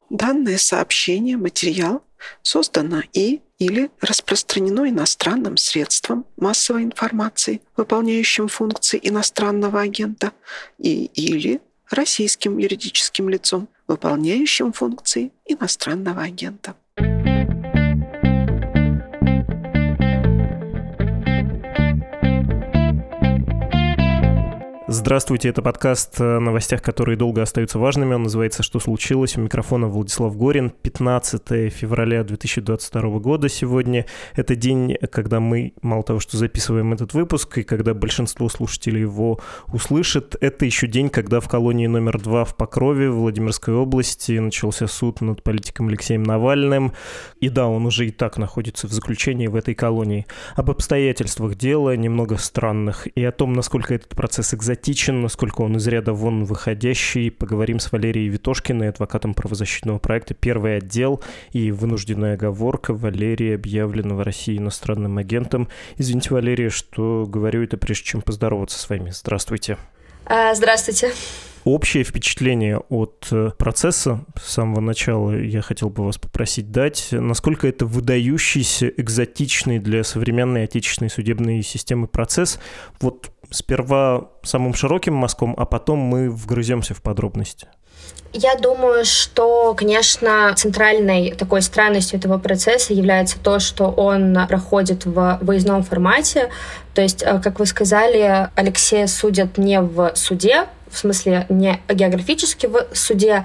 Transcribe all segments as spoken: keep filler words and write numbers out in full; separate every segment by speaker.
Speaker 1: Данное сообщение, материал создано и или распространено иностранным средством массовой информации, выполняющим функции иностранного агента, и или российским юридическим лицом, выполняющим функции иностранного агента.
Speaker 2: Здравствуйте, это подкаст о новостях, которые долго остаются важными. Он называется «Что случилось?». У микрофона Владислав Горин. пятнадцатое февраля две тысячи двадцать второго года сегодня. Это день, когда мы, мало того, что записываем этот выпуск, и когда большинство слушателей его услышит, это еще день, когда в колонии номер два в Покрове, в Владимирской области, начался суд над политиком Алексеем Навальным. И да, он уже и так находится в заключении в этой колонии. Об обстоятельствах дела, немного странных, и о том, насколько этот процесс экзотичен, насколько он из ряда вон выходящий, поговорим с Валерией Ветошкиной, адвокатом правозащитного проекта «Первый отдел» и вынужденная оговорка. Валерия объявлена в России иностранным агентом. Извините, Валерия, что говорю это, прежде чем поздороваться с вами. Здравствуйте.
Speaker 3: Здравствуйте.
Speaker 2: Общее впечатление от процесса с самого начала я хотел бы вас попросить дать. Насколько это выдающийся, экзотичный для современной отечественной судебной системы процесс? Вот сперва самым широким мазком, а потом мы вгрыземся в подробности.
Speaker 3: Я думаю, что, конечно, центральной такой странностью этого процесса является то, что он проходит в выездном формате. То есть, как вы сказали, Алексея судят не в суде, в смысле не географически в суде,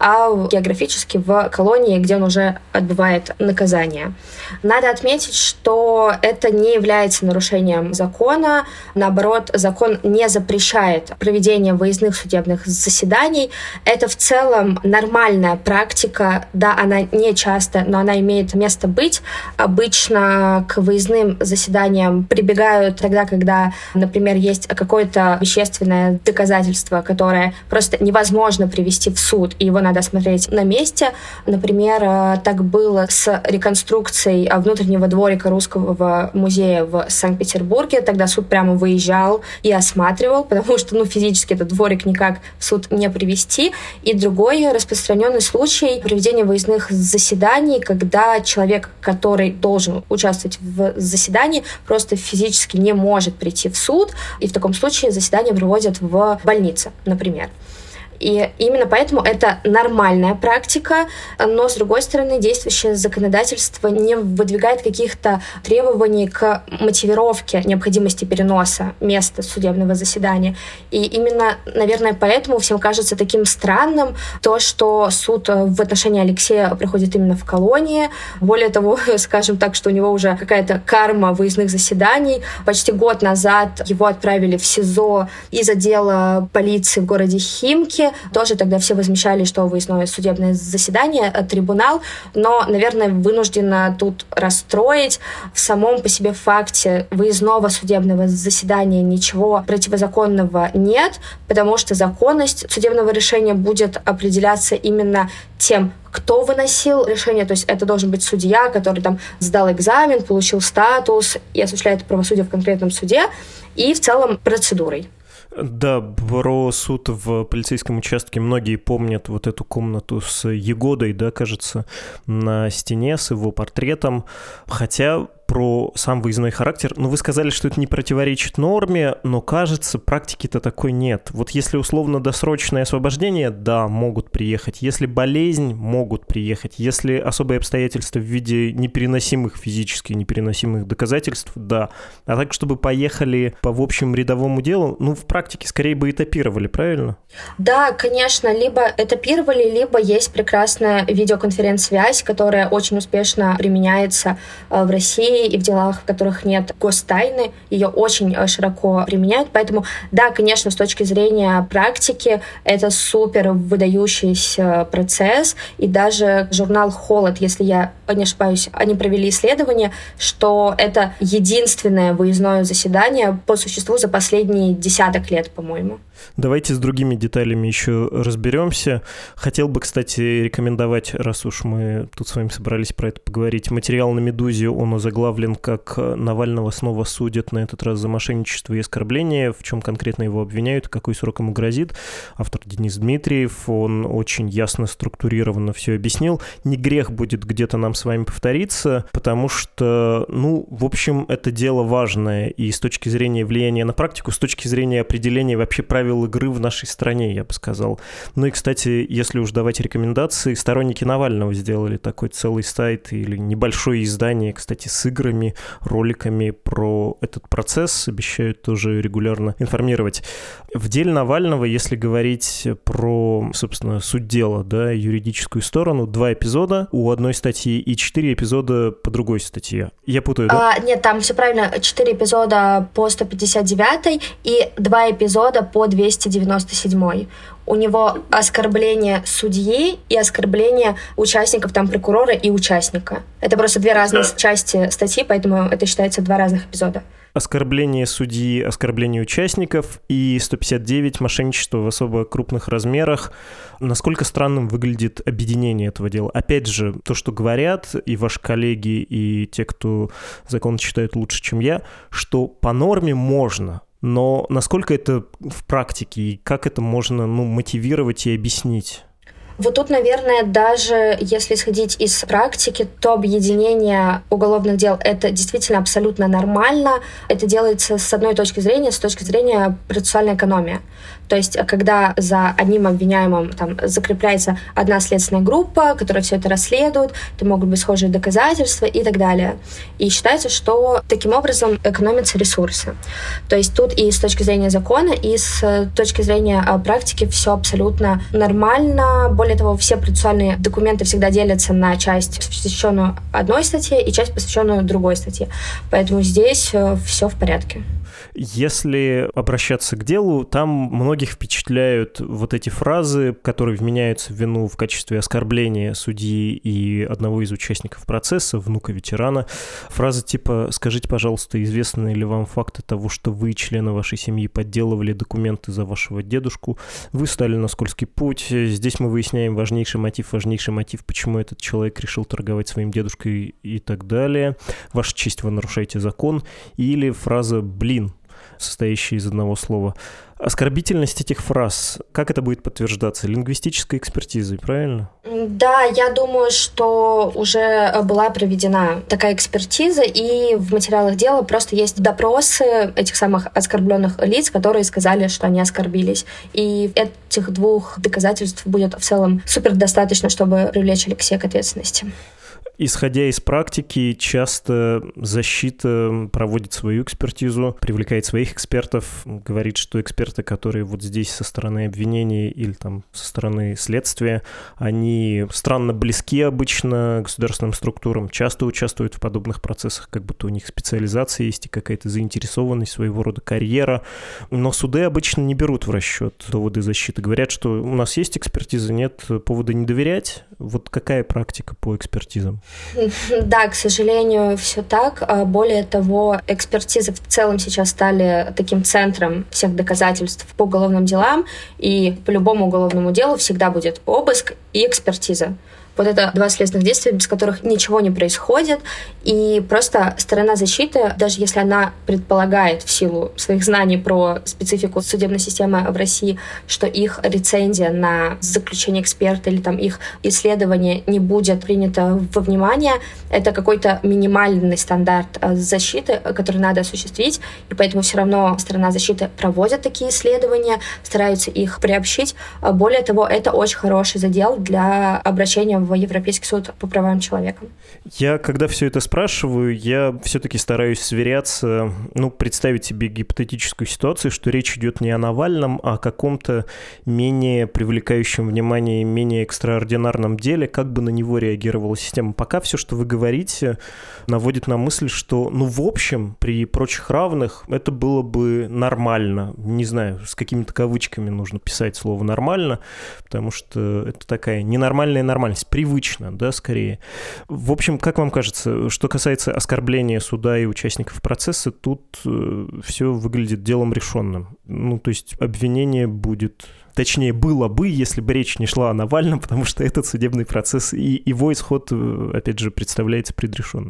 Speaker 3: а географически в колонии, где он уже отбывает наказание. Надо отметить, что это не является нарушением закона. Наоборот, закон не запрещает проведение выездных судебных заседаний. Это в целом нормальная практика. Да, она не часто, но она имеет место быть. Обычно к выездным заседаниям прибегают тогда, когда, например, есть какое-то вещественное доказательство, которое просто невозможно привести в суд, и его надо смотреть на месте. Например, так было с реконструкцией внутреннего дворика Русского музея в Санкт-Петербурге. Тогда суд прямо выезжал и осматривал, потому что ну, физически этот дворик никак в суд не привести. И другой распространенный случай проведения выездных заседаний, когда человек, который должен участвовать в заседании, просто физически не может прийти в суд, и в таком случае заседание проводят в больнице, например. И именно поэтому это нормальная практика, но, с другой стороны, действующее законодательство не выдвигает каких-то требований к мотивировке необходимости переноса места судебного заседания. И именно, наверное, поэтому всем кажется таким странным то, что суд в отношении Алексея проходит именно в колонии. Более того, скажем так, что у него уже какая-то карма выездных заседаний. Почти год назад его отправили в СИЗО из отдела полиции в городе Химки. Тоже тогда все возмещали, что выездное судебное заседание, трибунал, но, наверное, вынуждена тут расстроить. В самом по себе факте выездного судебного заседания ничего противозаконного нет, потому что законность судебного решения будет определяться именно тем, кто выносил решение, то есть это должен быть судья, который там сдал экзамен, получил статус и осуществляет правосудие в конкретном суде, и в целом процедурой.
Speaker 2: Да, про суд в полицейском участке многие помнят вот эту комнату с Егодой, да, кажется, на стене с его портретом, хотя про сам выездной характер. Ну, вы сказали, что это не противоречит норме, но, кажется, практики-то такой нет. Вот если условно-досрочное освобождение, да, могут приехать. Если болезнь, могут приехать. Если особые обстоятельства в виде непереносимых физически непереносимых доказательств, да. А так, чтобы поехали по, в общем, рядовому делу, ну, в практике скорее бы этапировали, правильно?
Speaker 3: Да, конечно, либо этапировали, либо есть прекрасная видеоконференц-связь, которая очень успешно применяется в России, и в делах, в которых нет гостайны, ее очень широко применяют. Поэтому, да, конечно, с точки зрения практики, это супер выдающийся процесс. И даже журнал «Холод», если я не ошибаюсь, они провели исследование, что это единственное выездное заседание по существу за последние десяток лет, по-моему.
Speaker 2: Давайте с другими деталями еще разберемся. Хотел бы, кстати, рекомендовать, раз уж мы тут с вами собрались про это поговорить, материал на «Медузе», он озаглавлен озаглавлен как «Навального снова судят, на этот раз за мошенничество и оскорбление». В чем конкретно его обвиняют, какой срок ему грозит? Автор Денис Дмитриев, он очень ясно, структурированно все объяснил. Не грех будет где-то нам с вами повториться, потому что, ну, в общем, это дело важное и с точки зрения влияния на практику, с точки зрения определения вообще правил игры в нашей стране, я бы сказал. Ну и, кстати, если уж давать рекомендации, сторонники Навального сделали такой целый сайт или небольшое издание, кстати, с играми, роликами про этот процесс, обещают тоже регулярно информировать. В деле Навального, если говорить про, собственно, суть дела, да, юридическую сторону, два эпизода у одной статьи и четыре эпизода по другой статье. Я путаю, да?
Speaker 3: А, нет, там все правильно. Четыре эпизода по сто пятьдесят девятой и два эпизода по двести девяносто седьмой. У него оскорбление судьи и оскорбление участников, там, прокурора и участника. Это просто две разные да. части статьи, поэтому это считается два разных эпизода.
Speaker 2: Оскорбление судьи, оскорбление участников и сто пятьдесят девять мошенничество в особо крупных размерах. Насколько странным выглядит объединение этого дела? Опять же, то, что говорят и ваши коллеги, и те, кто закон читают лучше, чем я, что по норме можно, но насколько это в практике и как это можно, ну, мотивировать и объяснить?
Speaker 3: Вот тут, наверное, даже если исходить из практики, то объединение уголовных дел — это действительно абсолютно нормально. Это делается с одной точки зрения, с точки зрения процессуальной экономии. То есть, когда за одним обвиняемым там закрепляется одна следственная группа, которая все это расследует, то могут быть схожие доказательства и так далее. И считается, что таким образом экономятся ресурсы. То есть тут и с точки зрения закона, и с точки зрения практики все абсолютно нормально. Более того, все процессуальные документы всегда делятся на часть, посвященную одной статье, и часть, посвященную другой статье. Поэтому здесь все в порядке.
Speaker 2: Если обращаться к делу, там многих впечатляют вот эти фразы, которые вменяются в вину в качестве оскорбления судьи и одного из участников процесса, внука ветерана. Фразы типа «Скажите, пожалуйста, известны ли вам факты того, что вы, члены вашей семьи, подделывали документы за вашего дедушку? Вы стали на скользкий путь. Здесь мы выясняем важнейший мотив, важнейший мотив, почему этот человек решил торговать своим дедушкой» и так далее. «Ваша честь, вы нарушаете закон». Или фраза «блин», состоящие из одного слова. Оскорбительность этих фраз, как это будет подтверждаться? Лингвистической экспертизой, правильно?
Speaker 3: Да, я думаю, что уже была проведена такая экспертиза, и в материалах дела просто есть допросы этих самых оскорбленных лиц, которые сказали, что они оскорбились. И этих двух доказательств будет в целом супер достаточно, чтобы привлечь Алексея к ответственности.
Speaker 2: Исходя из практики, часто защита проводит свою экспертизу, привлекает своих экспертов, говорит, что эксперты, которые вот здесь со стороны обвинения или там со стороны следствия, они странно близки обычно к государственным структурам, часто участвуют в подобных процессах, как будто у них специализация есть и какая-то заинтересованность, своего рода карьера. Но суды обычно не берут в расчет доводы защиты. Говорят, что у нас есть экспертиза, нет повода не доверять. Вот какая практика по экспертизам?
Speaker 3: Да, к сожалению, все так. Более того, экспертизы в целом сейчас стали таким центром всех доказательств по уголовным делам, и по любому уголовному делу всегда будет обыск и экспертиза. Вот это два следственных действия, без которых ничего не происходит, и просто сторона защиты, даже если она предполагает в силу своих знаний про специфику судебной системы в России, что их рецензия на заключение эксперта или там их исследование не будет принято во внимание, это какой-то минимальный стандарт защиты, который надо осуществить, и поэтому все равно сторона защиты проводит такие исследования, стараются их приобщить. Более того, это очень хороший задел для обращения в Европейский суд по правам человека.
Speaker 2: Я, когда все это спрашиваю, я все-таки стараюсь сверяться, ну, представить себе гипотетическую ситуацию, что речь идет не о Навальном, а о каком-то менее привлекающем внимание, менее экстраординарном деле, как бы на него реагировала система. Пока все, что вы говорите, наводит на мысль, что, ну, в общем, при прочих равных это было бы нормально. Не знаю, с какими-то кавычками нужно писать слово «нормально», потому что это такая ненормальная нормальность. Привычно, да, скорее. В общем, как вам кажется, что касается оскорбления суда и участников процесса, тут э, все выглядит делом решенным. Ну, то есть обвинение будет... Точнее, было бы, если бы речь не шла о Навальном, потому что этот судебный процесс и его исход, опять же, представляется предрешенным.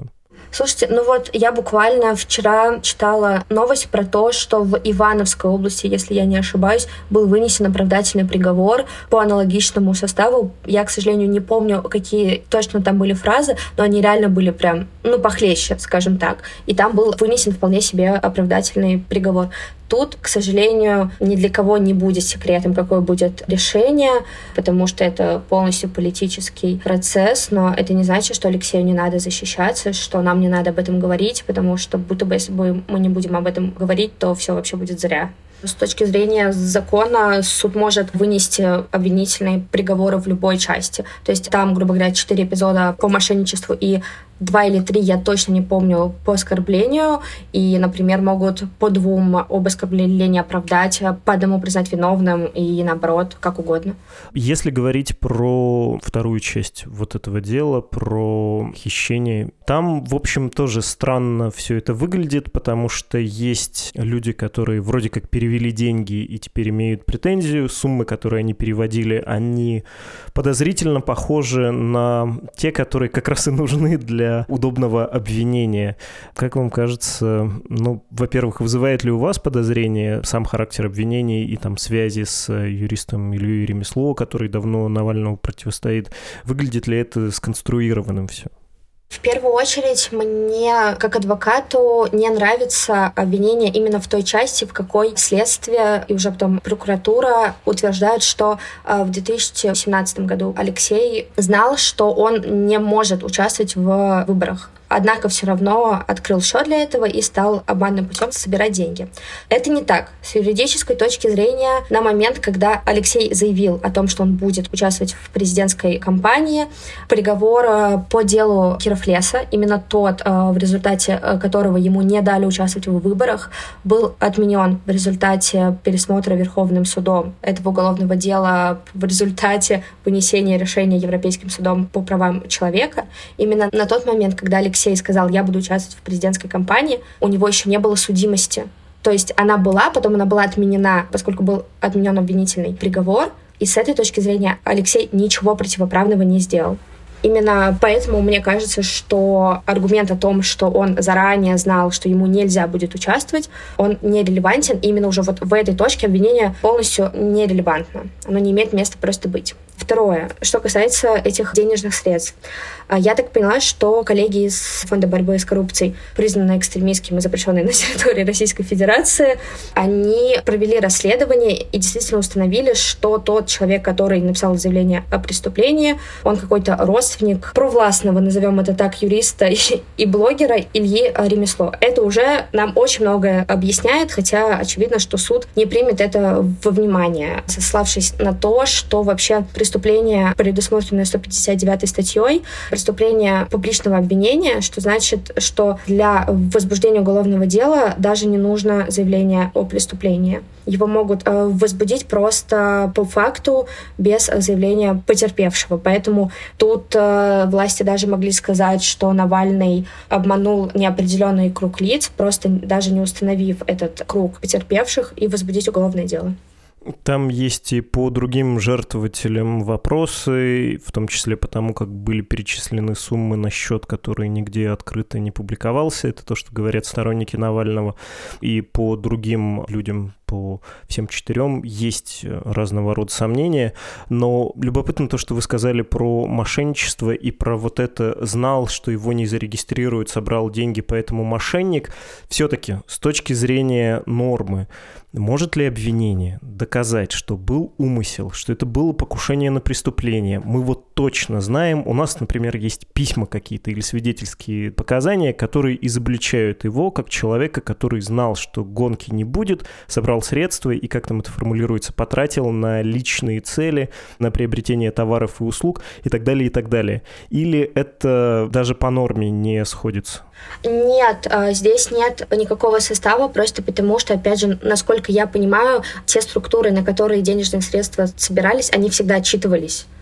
Speaker 3: Слушайте, ну вот я буквально вчера читала новость про то, что в Ивановской области, если я не ошибаюсь, был вынесен оправдательный приговор по аналогичному составу. Я, к сожалению, не помню, какие точно там были фразы, но они реально были прям, ну, похлеще, скажем так. И там был вынесен вполне себе оправдательный приговор. Тут, к сожалению, ни для кого не будет секретом, какое будет решение, потому что это полностью политический процесс, но это не значит, что Алексею не надо защищаться, что нам не надо об этом говорить, потому что будто бы если бы мы не будем об этом говорить, то все вообще будет зря. С точки зрения закона суд может вынести обвинительные приговоры в любой части. То есть там, грубо говоря, четыре эпизода по мошенничеству и два или три, я точно не помню, по оскорблению. И, например, могут по двум об оскорблении оправдать, по одному признать виновным и наоборот, как угодно.
Speaker 2: Если говорить про вторую часть вот этого дела, про хищение, там, в общем, тоже странно все это выглядит, потому что есть люди, которые вроде как перевели деньги и теперь имеют претензию. Суммы, которые они переводили, они подозрительно похожи на те, которые как раз и нужны для удобного обвинения. Как вам кажется, ну, во-первых, вызывает ли у вас подозрение сам характер обвинений и там связи с юристом Ильей Ремесло, который давно Навальному противостоит? Выглядит ли это сконструированным все?
Speaker 3: В первую очередь, мне, как адвокату, не нравится обвинение именно в той части, в какой следствие и уже потом прокуратура утверждают, что в две тысячи семнадцатом году Алексей знал, что он не может участвовать в выборах. Однако все равно открыл счет для этого и стал обманным путем собирать деньги. Это не так. С юридической точки зрения, на момент, когда Алексей заявил о том, что он будет участвовать в президентской кампании, приговор по делу Кировлеса, именно тот, в результате которого ему не дали участвовать в выборах, был отменен в результате пересмотра Верховным судом этого уголовного дела, в результате вынесения решения Европейским судом по правам человека. Именно на тот момент, когда Алексей Алексей сказал, я буду участвовать в президентской кампании, у него еще не было судимости. То есть она была, потом она была отменена, поскольку был отменен обвинительный приговор. И с этой точки зрения Алексей ничего противоправного не сделал. Именно поэтому мне кажется, что аргумент о том, что он заранее знал, что ему нельзя будет участвовать, он нерелевантен. И именно уже вот в этой точке обвинение полностью нерелевантно. Оно не имеет места просто быть. Второе, что касается этих денежных средств. Я так поняла, что коллеги из Фонда борьбы с коррупцией, признанные экстремистскими и запрещенные на территории Российской Федерации, они провели расследование и действительно установили, что тот человек, который написал заявление о преступлении, он какой-то родственник провластного, назовем это так, юриста и блогера Ильи Ремесло. Это уже нам очень многое объясняет, хотя очевидно, что суд не примет это во внимание, сославшись на то, что вообще преступление, предусмотренное сто пятьдесят девятой статьей, преступление публичного обвинения, что значит, что для возбуждения уголовного дела даже не нужно заявление о преступлении. Его могут э, возбудить просто по факту без заявления потерпевшего. Поэтому тут э, власти даже могли сказать, что Навальный обманул неопределенный круг лиц, просто даже не установив этот круг потерпевших, и возбудить уголовное дело.
Speaker 2: Там есть и по другим жертвователям вопросы, в том числе потому, как были перечислены суммы на счет, который нигде открыто не публиковался. Это то, что говорят сторонники Навального. И по другим людям, по всем четырем, есть разного рода сомнения. Но любопытно то, что вы сказали про мошенничество и про вот это «знал, что его не зарегистрируют, собрал деньги, поэтому мошенник». Все-таки с точки зрения нормы, может ли обвинение доказать, что был умысел, что это было покушение на преступление? Мы вот точно знаем, у нас, например, есть письма какие-то или свидетельские показания, которые изобличают его как человека, который знал, что гонки не будет, собрал средства и, как там это формулируется, потратил на личные цели, на приобретение товаров и услуг и так далее, и так далее. Или это даже по норме не сходится?
Speaker 3: Нет, здесь нет никакого состава, просто потому что, опять же, насколько я понимаю, те структуры, на которые денежные средства собирались, они всегда отчитывались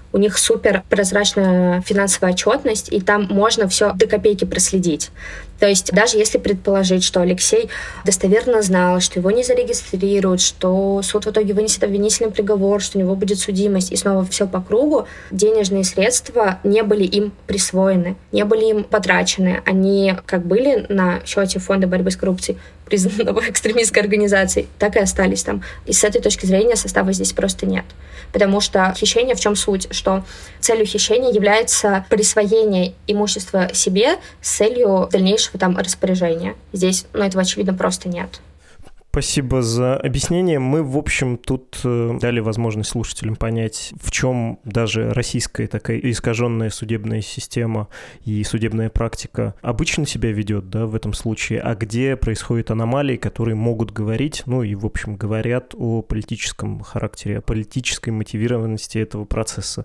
Speaker 3: У них супер прозрачная финансовая отчетность, и там можно все до копейки проследить. То есть даже если предположить, что Алексей достоверно знал, что его не зарегистрируют, что суд в итоге вынесет обвинительный приговор, что у него будет судимость, и снова все по кругу, денежные средства не были им присвоены, не были им потрачены. Они как были на счете Фонда борьбы с коррупцией, признанного экстремистской организацией, так и остались там. И с этой точки зрения состава здесь просто нет. Потому что хищение, в чем суть? Что целью хищения является присвоение имущества себе с целью дальнейшего там распоряжения. Здесь, ну, этого, очевидно, просто нет.
Speaker 2: Спасибо за объяснение. Мы, в общем, тут дали возможность слушателям понять, в чем даже российская такая искаженная судебная система и судебная практика обычно себя ведет, да, в этом случае, а где происходят аномалии, которые могут говорить, ну и, в общем, говорят о политическом характере, о политической мотивированности этого процесса.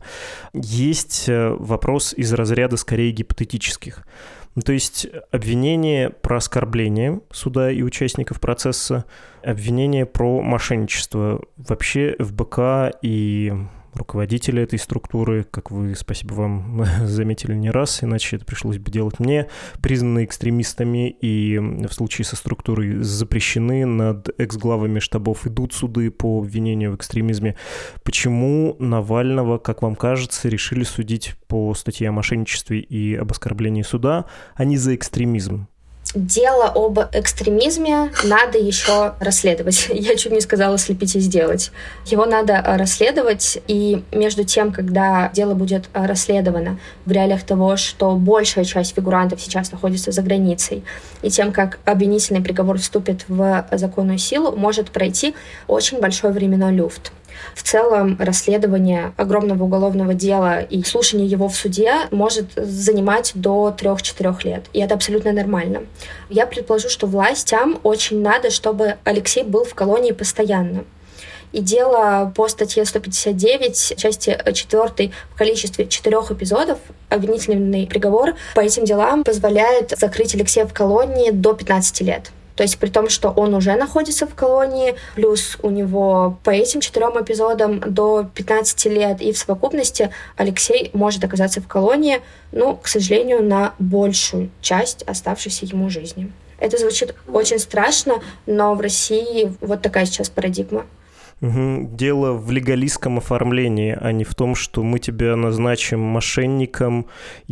Speaker 2: Есть вопрос из разряда скорее гипотетических. Ну, то есть обвинение про оскорбление суда и участников процесса, обвинение про мошенничество. Вообще эф бэ ка и руководители этой структуры, как вы, спасибо вам, заметили не раз, иначе это пришлось бы делать мне, признаны экстремистами и в случае со структурой запрещены, над экс-главами штабов идут суды по обвинению в экстремизме. Почему Навального, как вам кажется, решили судить по статье о мошенничестве и об оскорблении суда, а не за экстремизм?
Speaker 3: Дело об экстремизме надо еще расследовать. Я чуть не сказала слепить и сделать. Его надо расследовать, и между тем, когда дело будет расследовано в реалиях того, что большая часть фигурантов сейчас находится за границей, и тем, как обвинительный приговор вступит в законную силу, может пройти очень большой временной люфт. В целом расследование огромного уголовного дела и слушание его в суде может занимать до трех-четырех лет. И это абсолютно нормально. Я предположу, что властям очень надо, чтобы Алексей был в колонии постоянно. И дело по статье сто пятьдесят девять, части четвёртой, в количестве четырех эпизодов, обвинительный приговор по этим делам позволяет закрыть Алексея в колонии до пятнадцати лет. То есть при том, что он уже находится в колонии, плюс у него по этим четырем эпизодам до пятнадцати лет, и в совокупности Алексей может оказаться в колонии, ну, к сожалению, на большую часть оставшейся ему жизни. Это звучит очень страшно, но в России вот такая сейчас парадигма.
Speaker 2: Угу. Дело в легалистском оформлении, а не в том, что мы тебя назначим мошенником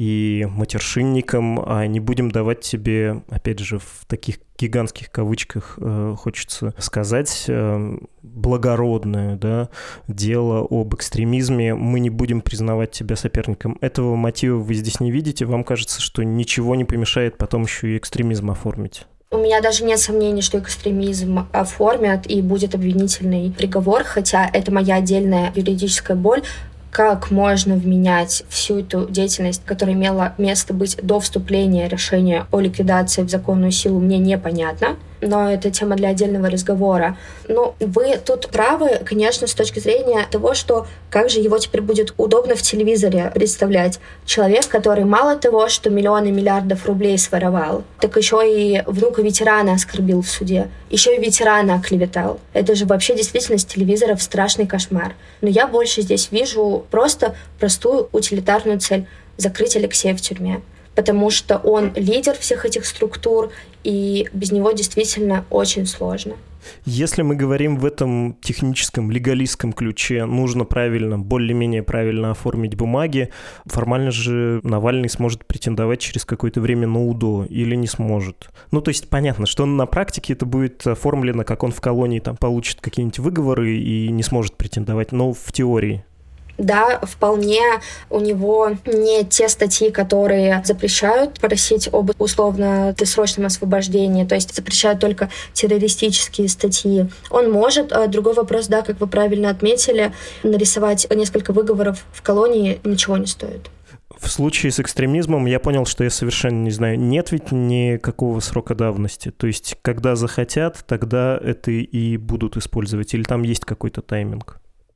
Speaker 2: и матершинником, а не будем давать тебе, опять же, в таких гигантских кавычках, э, хочется сказать, э, благородное, да, дело об экстремизме. Мы не будем признавать тебя соперником. Этого мотива вы здесь не видите. Вам кажется, что ничего не помешает потом еще и экстремизм оформить?
Speaker 3: У меня даже нет сомнений, что экстремизм оформят и будет обвинительный приговор, хотя это моя отдельная юридическая боль. Как можно вменять всю эту деятельность, которая имела место быть до вступления решения о ликвидации в законную силу, мне непонятно. Но это тема для отдельного разговора. Но вы тут правы, конечно, с точки зрения того, что как же его теперь будет удобно в телевизоре представлять. Человек, который мало того, что миллионы миллиардов рублей своровал, так еще и внука ветерана оскорбил в суде, еще и ветерана оклеветал. Это же вообще действительно с телевизоров страшный кошмар. Но я больше здесь вижу просто простую утилитарную цель — закрыть Алексея в тюрьме. Потому что он лидер всех этих структур, и без него действительно очень сложно.
Speaker 2: Если мы говорим в этом техническом, легалистском ключе, нужно правильно, более-менее правильно оформить бумаги, формально же Навальный сможет претендовать через какое-то время на УДО или не сможет. Ну, то есть понятно, что на практике это будет оформлено, как он в колонии там получит какие-нибудь выговоры и не сможет претендовать, но в теории.
Speaker 3: Да, вполне у него не те статьи, которые запрещают просить об условно-досрочном освобождении, то есть запрещают только террористические статьи. Он может, другой вопрос, да, как вы правильно отметили, нарисовать несколько выговоров в колонии ничего не стоит.
Speaker 2: В случае с экстремизмом я понял, что я совершенно не знаю, нет ведь никакого срока давности. То есть, когда захотят, тогда это и будут использовать, или там есть какой-то тайминг?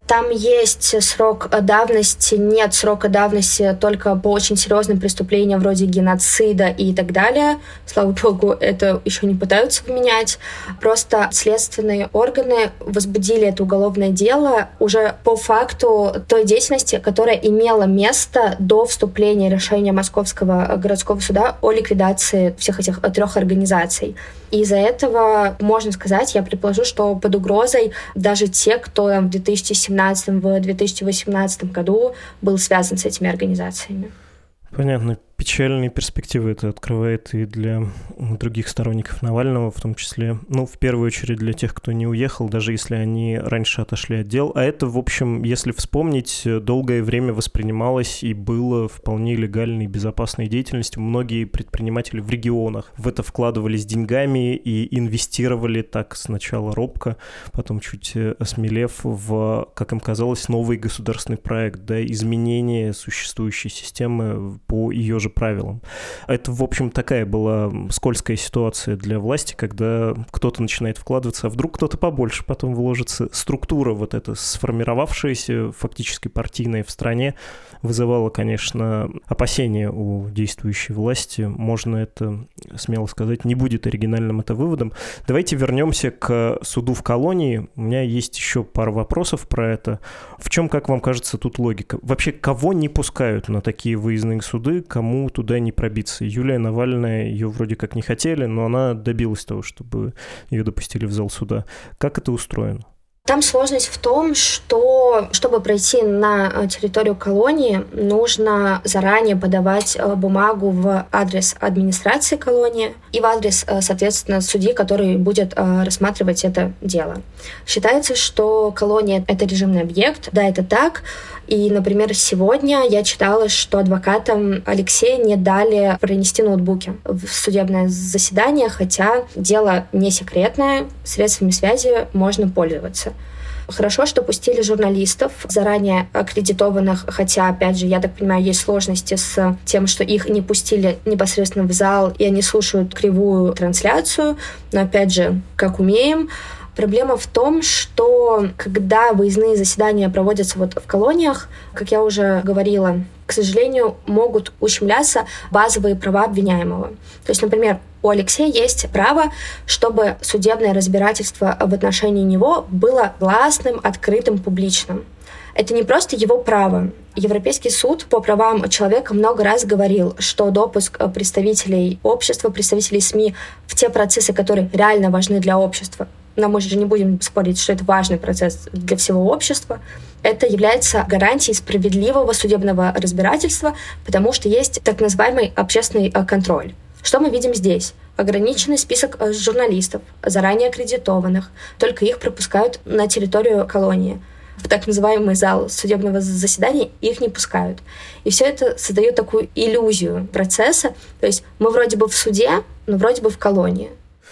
Speaker 3: Там есть срок давности, нет срока давности только по очень серьезным преступлениям вроде геноцида и так далее. Слава богу, это еще не пытаются поменять. Просто следственные органы возбудили это уголовное дело уже по факту той деятельности, которая имела место до вступления решения Московского городского суда о ликвидации всех этих трех организаций. И из-за этого, можно сказать, я предположу, что под угрозой даже те, кто в две тысячи семнадцатом, в две тысячи восемнадцатом году был связан с этими организациями.
Speaker 2: Понятно. Печальные перспективы это открывает и для других сторонников Навального, в том числе, ну, в первую очередь для тех, кто не уехал, даже если они раньше отошли от дел. А это, в общем, если вспомнить, долгое время воспринималось и было вполне легальной и безопасной деятельностью. Многие предприниматели в регионах в это вкладывались деньгами и инвестировали так сначала робко, потом чуть осмелев в, как им казалось, новый государственный проект, да, изменение существующей системы по ее же правилам. Это, в общем, такая была скользкая ситуация для власти, когда кто-то начинает вкладываться, а вдруг кто-то побольше потом вложится. Структура вот эта сформировавшаяся, фактически партийная в стране, вызывала, конечно, опасения у действующей власти. Можно это смело сказать, не будет оригинальным это выводом. Давайте вернемся к суду в колонии. У меня есть еще пара вопросов про это. В чем, как вам кажется, тут логика? Вообще, кого не пускают на такие выездные суды, кому туда не пробиться? Юлия Навальная, ее вроде как не хотели, но она добилась того, чтобы ее допустили в зал суда. Как это устроено?
Speaker 3: Там сложность в том, что, чтобы пройти на территорию колонии, нужно заранее подавать бумагу в адрес администрации колонии и в адрес, соответственно, судьи, который будет рассматривать это дело. Считается, что колония — это режимный объект. Да, это так. И, например, сегодня я читала, что адвокатам Алексея не дали пронести ноутбуки в судебное заседание, хотя дело не секретное, средствами связи можно пользоваться. Хорошо, что пустили журналистов, заранее аккредитованных, хотя, опять же, я так понимаю, есть сложности с тем, что их не пустили непосредственно в зал, и они слушают кривую трансляцию, но, опять же, как умеем. Проблема в том, что когда выездные заседания проводятся вот в колониях, как я уже говорила, к сожалению, могут ущемляться базовые права обвиняемого. То есть, например, у Алексея есть право, чтобы судебное разбирательство в отношении него было гласным, открытым, публичным. Это не просто его право. Европейский суд по правам человека много раз говорил, что допуск представителей общества, представителей СМИ в те процессы, которые реально важны для общества, но мы же не будем спорить, что это важный процесс для всего общества, это является гарантией справедливого судебного разбирательства, потому что есть так называемый общественный контроль. Что мы видим здесь? Ограниченный список журналистов, заранее аккредитованных, только их пропускают на территорию колонии. В так называемый зал судебного заседания их не пускают. И все это создает такую иллюзию процесса. То есть мы вроде бы в суде, но вроде бы в колонии.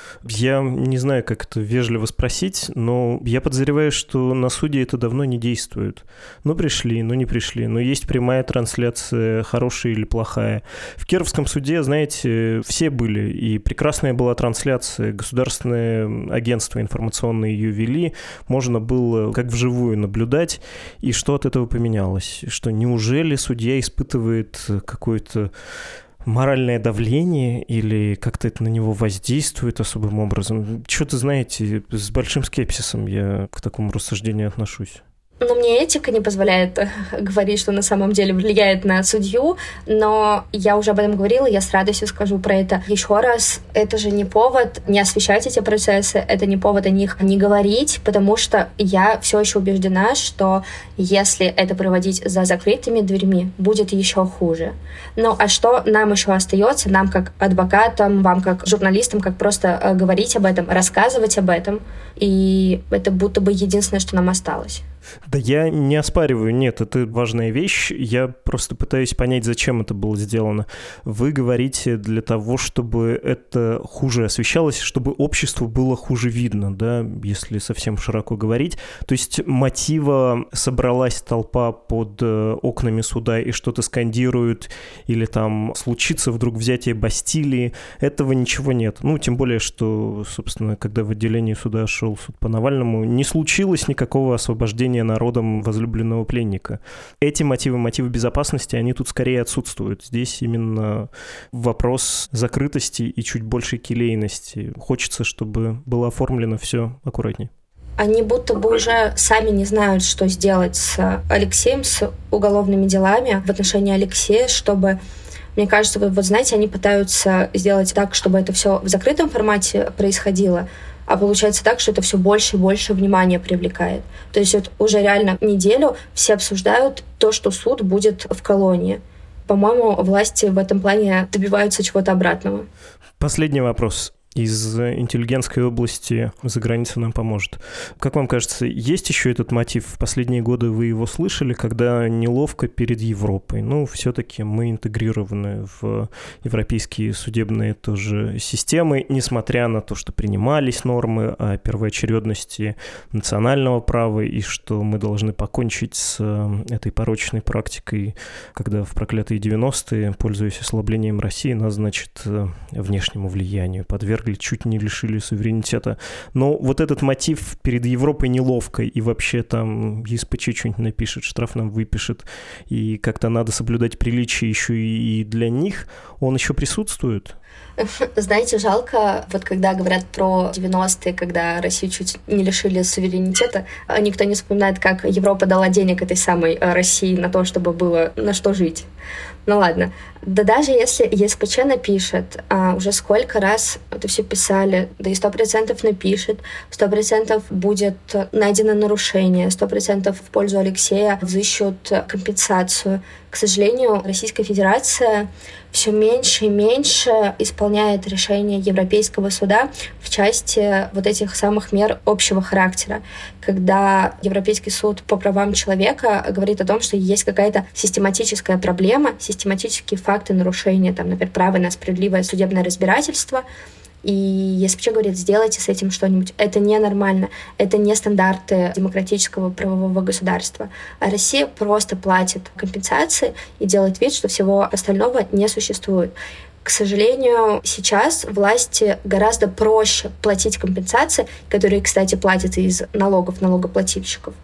Speaker 2: Я не знаю, как это вежливо спросить, но я подозреваю, что на суде это давно не действует. Ну, пришли, ну, не пришли. Но есть прямая трансляция, хорошая или плохая. В Кировском суде, знаете, все были. И прекрасная была трансляция. Государственное агентство информационное ее вели. Можно было как вживую наблюдать. И что от этого поменялось? Что неужели судья испытывает какое-то моральное давление или как-то это на него воздействует особым образом? Что-то, знаете, с большим скепсисом я к такому рассуждению отношусь.
Speaker 3: Ну, мне этика не позволяет говорить, что на самом деле влияет на судью, но я уже об этом говорила, я с радостью скажу про это еще раз. Это же не повод не освещать эти процессы, это не повод о них не говорить, потому что я все еще убеждена, что если это проводить за закрытыми дверьми, будет еще хуже. Ну, а что нам еще остается, нам как адвокатам, вам как журналистам, как просто говорить об этом, рассказывать об этом, и это будто бы единственное, что нам осталось.
Speaker 2: Да я не оспариваю, нет, это важная вещь, я просто пытаюсь понять, зачем это было сделано. Вы говорите для того, чтобы это хуже освещалось, чтобы обществу было хуже видно, да, если совсем широко говорить. То есть мотива собралась толпа под окнами суда и что-то скандирует, или там случится вдруг взятие Бастилии, этого ничего нет. Ну, тем более, что, собственно, когда в отделении суда шел суд по Навальному, не случилось никакого освобождения освобождения народом возлюбленного пленника. Эти мотивы, мотивы безопасности, они тут скорее отсутствуют. Здесь именно вопрос закрытости и чуть большей келейности. Хочется, чтобы было оформлено все аккуратнее.
Speaker 3: Они будто бы уже сами не знают, что сделать с Алексеем, с уголовными делами в отношении Алексея, чтобы... Мне кажется, вот, вот знаете, они пытаются сделать так, чтобы это все в закрытом формате происходило, а получается так, что это все больше и больше внимания привлекает. То есть вот уже реально неделю все обсуждают то, что суд будет в колонии. По-моему, власти в этом плане добиваются чего-то обратного.
Speaker 2: Последний вопрос. Из интеллигентской области за границей нам поможет. Как вам кажется, есть еще этот мотив? В последние годы вы его слышали, когда неловко перед Европой. Ну, все-таки мы интегрированы в европейские судебные тоже системы, несмотря на то, что принимались нормы о первоочередности национального права и что мы должны покончить с этой порочной практикой, когда в проклятые девяностые, пользуясь ослаблением России, нас, значит, внешнему влиянию подвергли, чуть не лишили суверенитета. Но вот этот мотив перед Европой неловко, и вообще там ЕСПЧ что-нибудь напишет, штраф нам выпишет, и как-то надо соблюдать приличие еще и для них, он еще присутствует?
Speaker 3: Знаете, жалко, вот когда говорят про девяностые, когда Россию чуть не лишили суверенитета, никто не вспоминает, как Европа дала денег этой самой России на то, чтобы было на что жить. Ну ладно. Да даже если ЕСПЧ напишет, а, уже сколько раз это все писали, да и сто процентов напишет, сто процентов будет найдено нарушение, сто процентов в пользу Алексея взыщут компенсацию. К сожалению, Российская Федерация все меньше и меньше исполняет решения Европейского суда в части вот этих самых мер общего характера, когда Европейский суд по правам человека говорит о том, что есть какая-то систематическая проблема, систематические факты нарушения, там, например, права на справедливое судебное разбирательство, и ЕСПЧ говорит, сделайте с этим что-нибудь. Это ненормально, это не стандарты демократического правового государства. А Россия просто платит компенсации и делает вид, что всего остального не существует. К сожалению, сейчас власти гораздо проще платить компенсации, которые, кстати, платят из налогов налогоплательщиков,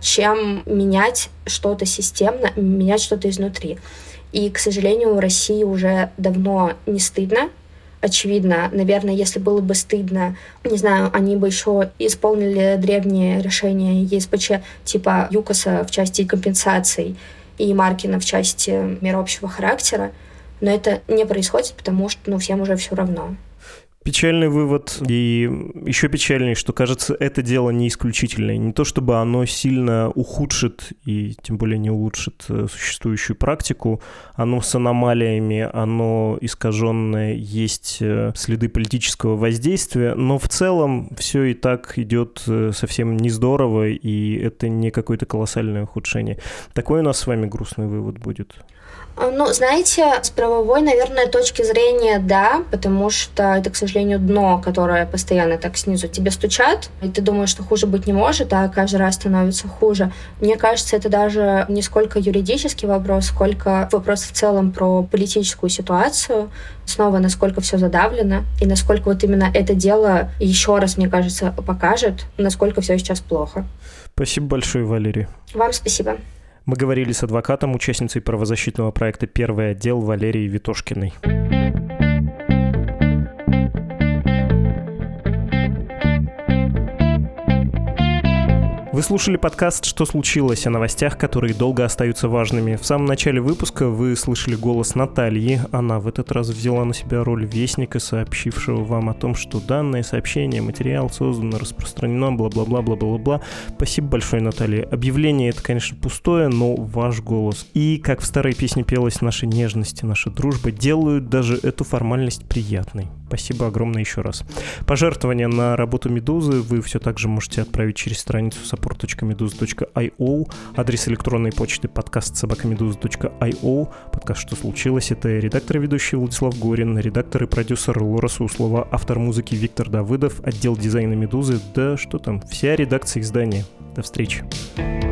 Speaker 3: чем менять что-то системно, менять что-то изнутри. И, к сожалению, России уже давно не стыдно. Очевидно, наверное, если было бы стыдно, не знаю, они бы еще исполнили древние решения ЕСПЧ типа ЮКОСа в части компенсаций и Маркина в части мер общего характера, но это не происходит, потому что ну, всем уже все равно.
Speaker 2: Печальный вывод, и еще печальнее, что, кажется, это дело не исключительное. Не то чтобы оно сильно ухудшит и тем более не улучшит существующую практику, оно с аномалиями, оно искаженное, есть следы политического воздействия, но в целом все и так идет совсем не здорово, и это не какое-то колоссальное ухудшение. Такой у нас с вами грустный вывод будет.
Speaker 3: Ну, знаете, с правовой, наверное, точки зрения, да, потому что это, к сожалению, дно, которое постоянно так снизу тебе стучат, и ты думаешь, что хуже быть не может, а каждый раз становится хуже. Мне кажется, это даже не сколько юридический вопрос, сколько вопрос в целом про политическую ситуацию, снова, насколько все задавлено, и насколько вот именно это дело еще раз, мне кажется, покажет, насколько все сейчас плохо.
Speaker 2: Спасибо большое, Валерия.
Speaker 3: Вам спасибо.
Speaker 2: Мы говорили с адвокатом, участницей правозащитного проекта «Первый отдел» Валерией Витошкиной. Вы слушали подкаст «Что случилось?» о новостях, которые долго остаются важными. В самом начале выпуска вы слышали голос Натальи. Она в этот раз взяла на себя роль вестника, сообщившего вам о том, что данное сообщение, материал создан, распространено, бла-бла-бла-бла-бла-бла. Спасибо большое, Наталья. Объявление это, конечно, пустое, но ваш голос. И, как в старой песне пелось, наша нежность и наша дружба делают даже эту формальность приятной. Спасибо огромное еще раз. Пожертвования на работу «Медузы» вы все так же можете отправить через страницу support точка meduza точка io, адрес электронной почты подкаст собака медуза точка io. Подкаст «Что случилось?» — это редактор и ведущий Владислав Горин, редактор и продюсер Лора Суслова, автор музыки Виктор Давыдов, отдел дизайна «Медузы», да что там, вся редакция издания. До встречи.